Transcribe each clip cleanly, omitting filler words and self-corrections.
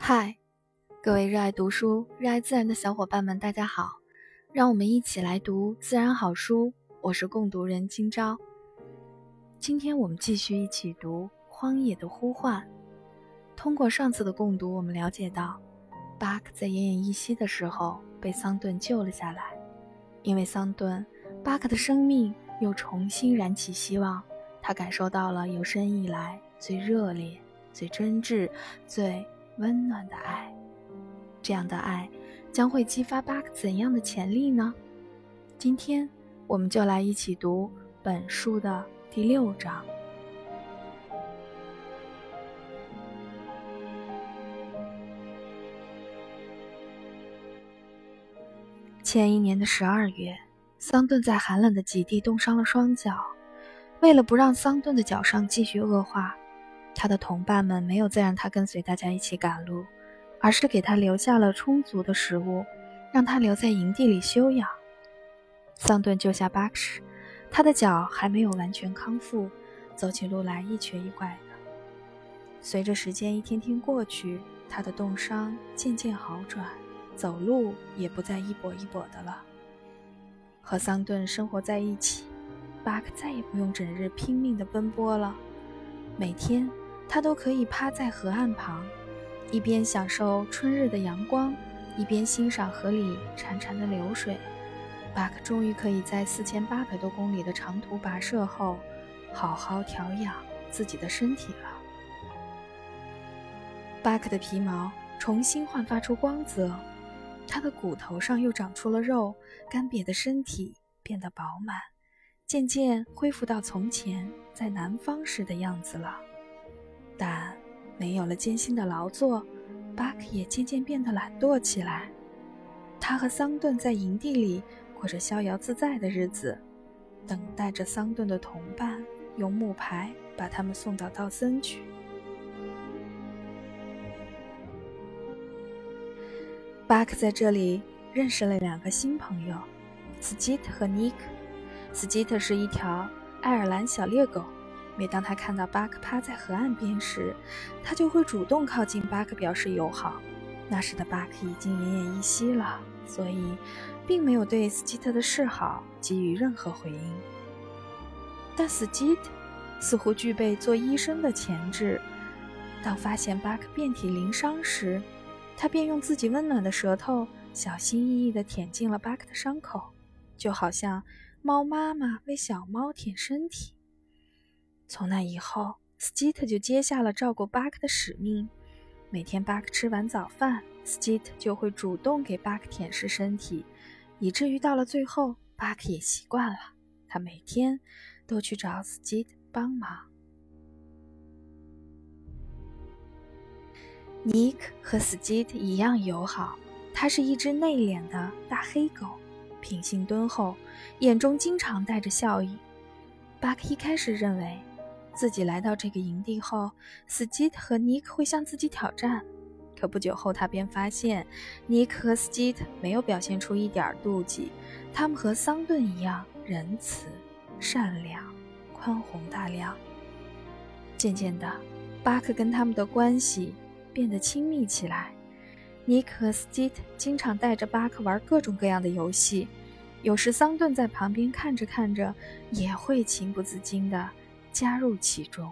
嗨，各位热爱读书、热爱自然的小伙伴们，大家好！让我们一起来读自然好书。我是共读人今朝。今天我们继续一起读《荒野的呼唤》。通过上次的共读，我们了解到，巴克在奄奄一息的时候被桑顿救了下来。因为桑顿，巴克的生命又重新燃起希望，他感受到了有生以来最热烈、最真挚、最温暖的爱。这样的爱将会激发巴克怎样的潜力呢？今天我们就来一起读本书的第6章。前一年的12月，桑顿在寒冷的极地冻伤了双脚。为了不让桑顿的脚伤继续恶化，他的同伴们没有再让他跟随大家一起赶路，而是给他留下了充足的食物，让他留在营地里休养。桑顿救下巴克时，他的脚还没有完全康复，走起路来一瘸一拐的。随着时间一天天过去，他的冻伤渐渐好转，走路也不再一跛一跛的了。和桑顿生活在一起，巴克再也不用整日拼命地奔波了。每天他都可以趴在河岸旁，一边享受春日的阳光，一边欣赏河里潺潺的流水。巴克终于可以在4800多公里的长途跋涉后，好好调养自己的身体了。巴克的皮毛重新焕发出光泽，他的骨头上又长出了肉，干瘪的身体变得饱满，渐渐恢复到从前在南方时的样子了。但没有了艰辛的劳作，巴克也渐渐变得懒惰起来。他和桑顿在营地里过着逍遥自在的日子，等待着桑顿的同伴用木牌把他们送到道森去。巴克在这里认识了2个新朋友，斯基特和尼克。斯基特是一条爱尔兰小猎狗，每当他看到巴克趴在河岸边时，他就会主动靠近巴克表示友好。那时的巴克已经奄奄一息了，所以并没有对斯基特的示好给予任何回应。但斯基特似乎具备做医生的潜质，当发现巴克遍体鳞伤时，他便用自己温暖的舌头小心翼翼地舔进了巴克的伤口，就好像猫妈妈为小猫舔身体。从那以后，斯基特就接下了照顾巴克的使命。每天巴克吃完早饭，斯基特就会主动给巴克舔舐身体，以至于到了最后，巴克也习惯了，他每天都去找斯基特帮忙。尼克和斯基特一样友好，他是一只内敛的大黑狗，品性敦厚，眼中经常带着笑意。巴克一开始认为自己来到这个营地后，斯基特和尼克会向自己挑战，可不久后他便发现尼克和斯基特没有表现出一点妒忌，他们和桑顿一样仁慈、善良、宽宏大量。渐渐的，巴克跟他们的关系变得亲密起来。尼克和斯基特经常带着巴克玩各种各样的游戏，有时桑顿在旁边看着看着，也会情不自禁地加入其中。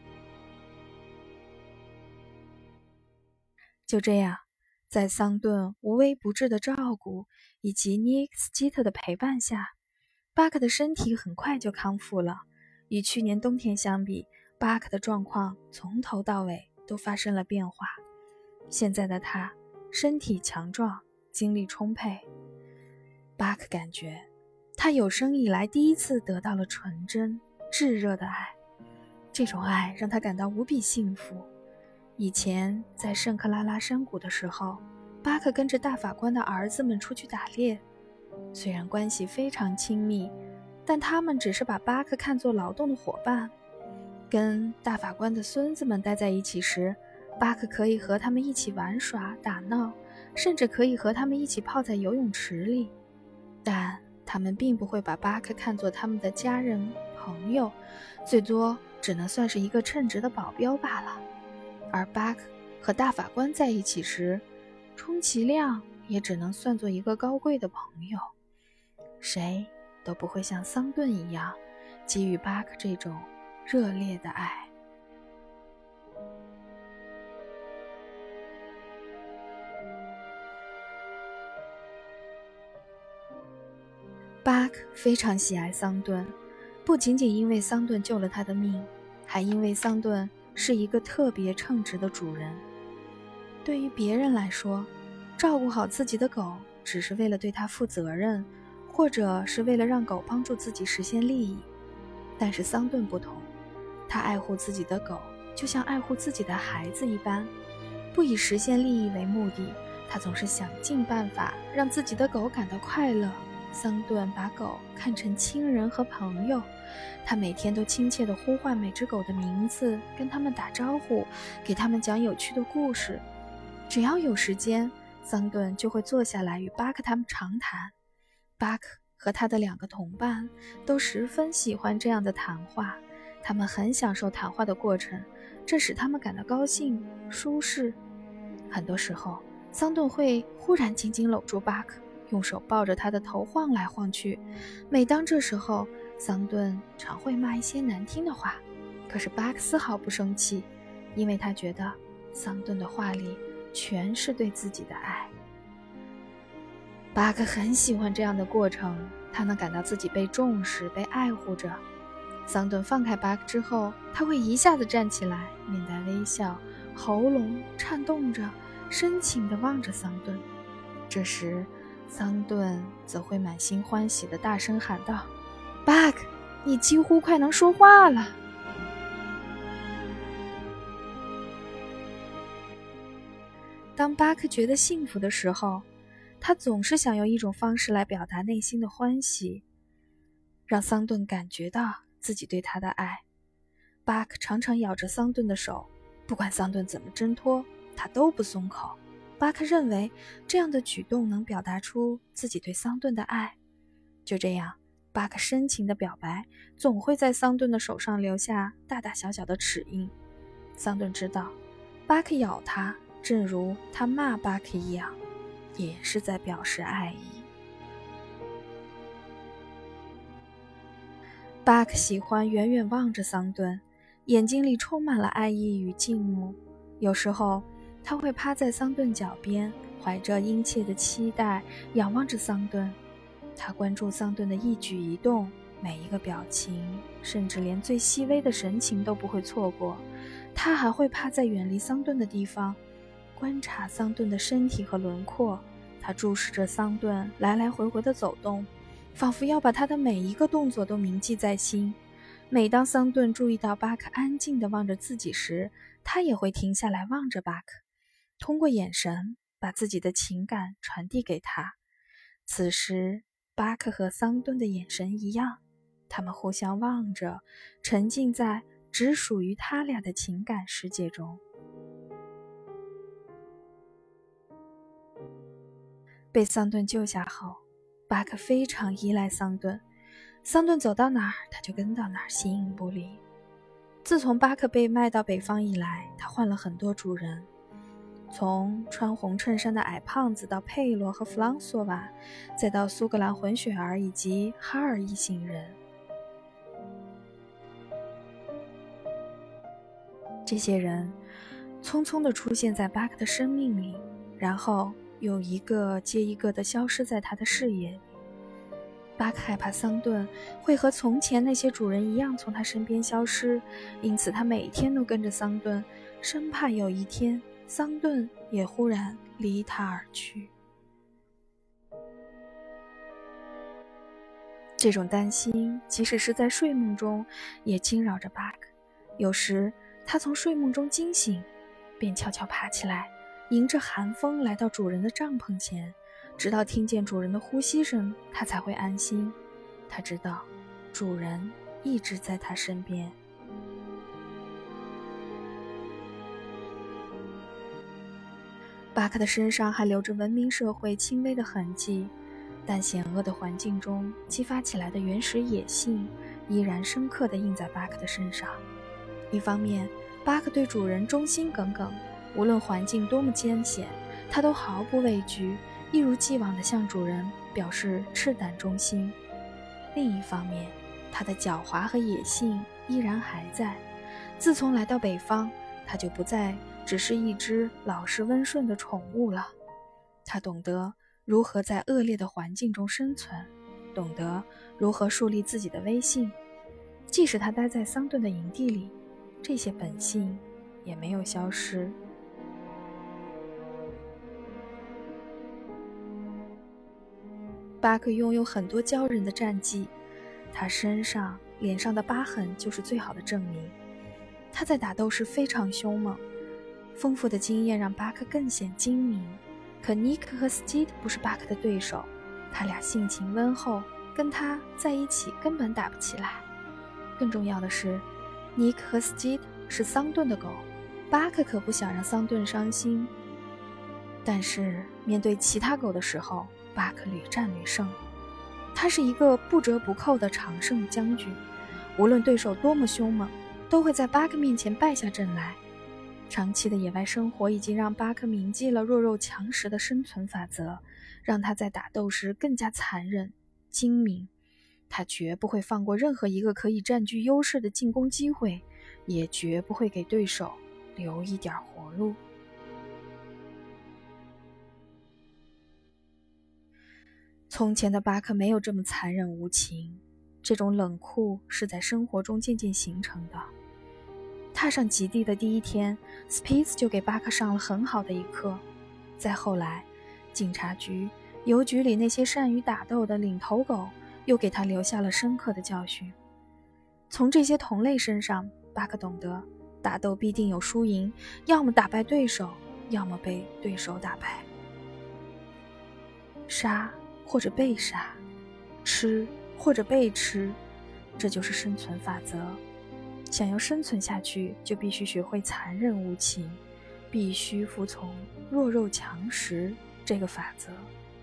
就这样，在桑顿无微不至的照顾以及尼克斯基特的陪伴下，巴克的身体很快就康复了。与去年冬天相比，巴克的状况从头到尾都发生了变化。现在的他身体强壮，精力充沛。巴克感觉他有生以来第一次得到了纯真、炙热的爱，这种爱让他感到无比幸福。以前在圣克拉拉山谷的时候，巴克跟着大法官的儿子们出去打猎，虽然关系非常亲密，但他们只是把巴克看作劳动的伙伴。跟大法官的孙子们待在一起时，巴克可以和他们一起玩耍打闹，甚至可以和他们一起泡在游泳池里，但他们并不会把巴克看作他们的家人朋友，最多只能算是一个称职的保镖罢了。而巴克和大法官在一起时，充其量也只能算作一个高贵的朋友，谁都不会像桑顿一样给予巴克这种热烈的爱。巴克非常喜爱桑顿，不仅仅因为桑顿救了他的命，还因为桑顿是一个特别称职的主人。对于别人来说，照顾好自己的狗只是为了对它负责任，或者是为了让狗帮助自己实现利益。但是桑顿不同，他爱护自己的狗就像爱护自己的孩子一般，不以实现利益为目的，他总是想尽办法让自己的狗感到快乐。桑顿把狗看成亲人和朋友，他每天都亲切地呼唤每只狗的名字，跟他们打招呼，给他们讲有趣的故事。只要有时间，桑顿就会坐下来与巴克他们长谈。巴克和他的2个同伴都十分喜欢这样的谈话，他们很享受谈话的过程，这使他们感到高兴、舒适。很多时候，桑顿会忽然紧紧搂住巴克，用手抱着他的头晃来晃去。每当这时候，桑顿常会骂一些难听的话，可是巴克丝毫不生气，因为他觉得桑顿的话里全是对自己的爱。巴克很喜欢这样的过程，他能感到自己被重视、被爱护着。桑顿放开巴克之后，他会一下子站起来，面带微笑，喉咙颤动着，深情地望着桑顿。这时桑顿则会满心欢喜地大声喊道：“巴克，你几乎快能说话了！”当巴克觉得幸福的时候，他总是想用一种方式来表达内心的欢喜，让桑顿感觉到自己对他的爱。巴克常常咬着桑顿的手，不管桑顿怎么挣脱，他都不松口。巴克认为这样的举动能表达出自己对桑顿的爱。就这样，巴克深情的表白总会在桑顿的手上留下大大小小的齿印。桑顿知道，巴克咬他，正如他骂巴克一样，也是在表示爱意。巴克喜欢远远望着桑顿，眼睛里充满了爱意与敬慕。有时候他会趴在桑顿脚边，怀着殷切的期待仰望着桑顿。他关注桑顿的一举一动，每一个表情，甚至连最细微的神情都不会错过。他还会趴在远离桑顿的地方，观察桑顿的身体和轮廓。他注视着桑顿来来回回的走动，仿佛要把他的每一个动作都铭记在心。每当桑顿注意到巴克安静地望着自己时，他也会停下来望着巴克，通过眼神把自己的情感传递给他。此时巴克和桑顿的眼神一样，他们互相望着，沉浸在只属于他俩的情感世界中。被桑顿救下后，巴克非常依赖桑顿，桑顿走到哪儿他就跟到哪儿，形影不离。自从巴克被卖到北方以来，他换了很多主人，从穿红衬衫的矮胖子到佩洛和弗朗索瓦，再到苏格兰混血儿以及哈尔一行人。这些人匆匆地出现在巴克的生命里，然后又一个接一个地消失在他的视野里。巴克害怕桑顿会和从前那些主人一样从他身边消失，因此他每天都跟着桑顿，生怕有一天桑顿也忽然离他而去。这种担心即使是在睡梦中也惊扰着巴克。有时他从睡梦中惊醒，便悄悄爬起来，迎着寒风来到主人的帐篷前，直到听见主人的呼吸声，他才会安心。他知道主人一直在他身边。巴克的身上还留着文明社会轻微的痕迹，但险恶的环境中激发起来的原始野性依然深刻地印在巴克的身上。一方面，巴克对主人忠心耿耿； 无论环境多么艰险，他都毫不畏惧，一如既往地向主人表示赤胆忠心。另一方面，他的狡猾和野性依然还在。自从来到北方，他就不再只是一只老实温顺的宠物了。他懂得如何在恶劣的环境中生存，懂得如何树立自己的威信。即使他待在桑顿的营地里，这些本性也没有消失。巴克拥有很多骄人的战绩，他身上、脸上的疤痕就是最好的证明。他在打斗时非常凶猛，丰富的经验让巴克更显精明。可尼克和斯基特不是巴克的对手，他俩性情温厚，跟他在一起根本打不起来。更重要的是，尼克和斯基特是桑顿的狗，巴克可不想让桑顿伤心。但是面对其他狗的时候，巴克屡战屡胜。他是一个不折不扣的常胜将军，无论对手多么凶猛，都会在巴克面前败下阵来。长期的野外生活已经让巴克铭记了弱肉强食的生存法则，让他在打斗时更加残忍、精明。他绝不会放过任何一个可以占据优势的进攻机会，也绝不会给对手留一点活路。从前的巴克没有这么残忍无情，这种冷酷是在生活中渐渐形成的。踏上极地的第一天，斯皮茨就给巴克上了很好的一课。再后来，警察局、邮局里那些善于打斗的领头狗又给他留下了深刻的教训。从这些同类身上，巴克懂得打斗必定有输赢，要么打败对手，要么被对手打败。杀或者被杀，吃或者被吃，这就是生存法则。想要生存下去，就必须学会残忍无情，必须服从弱肉强食这个法则。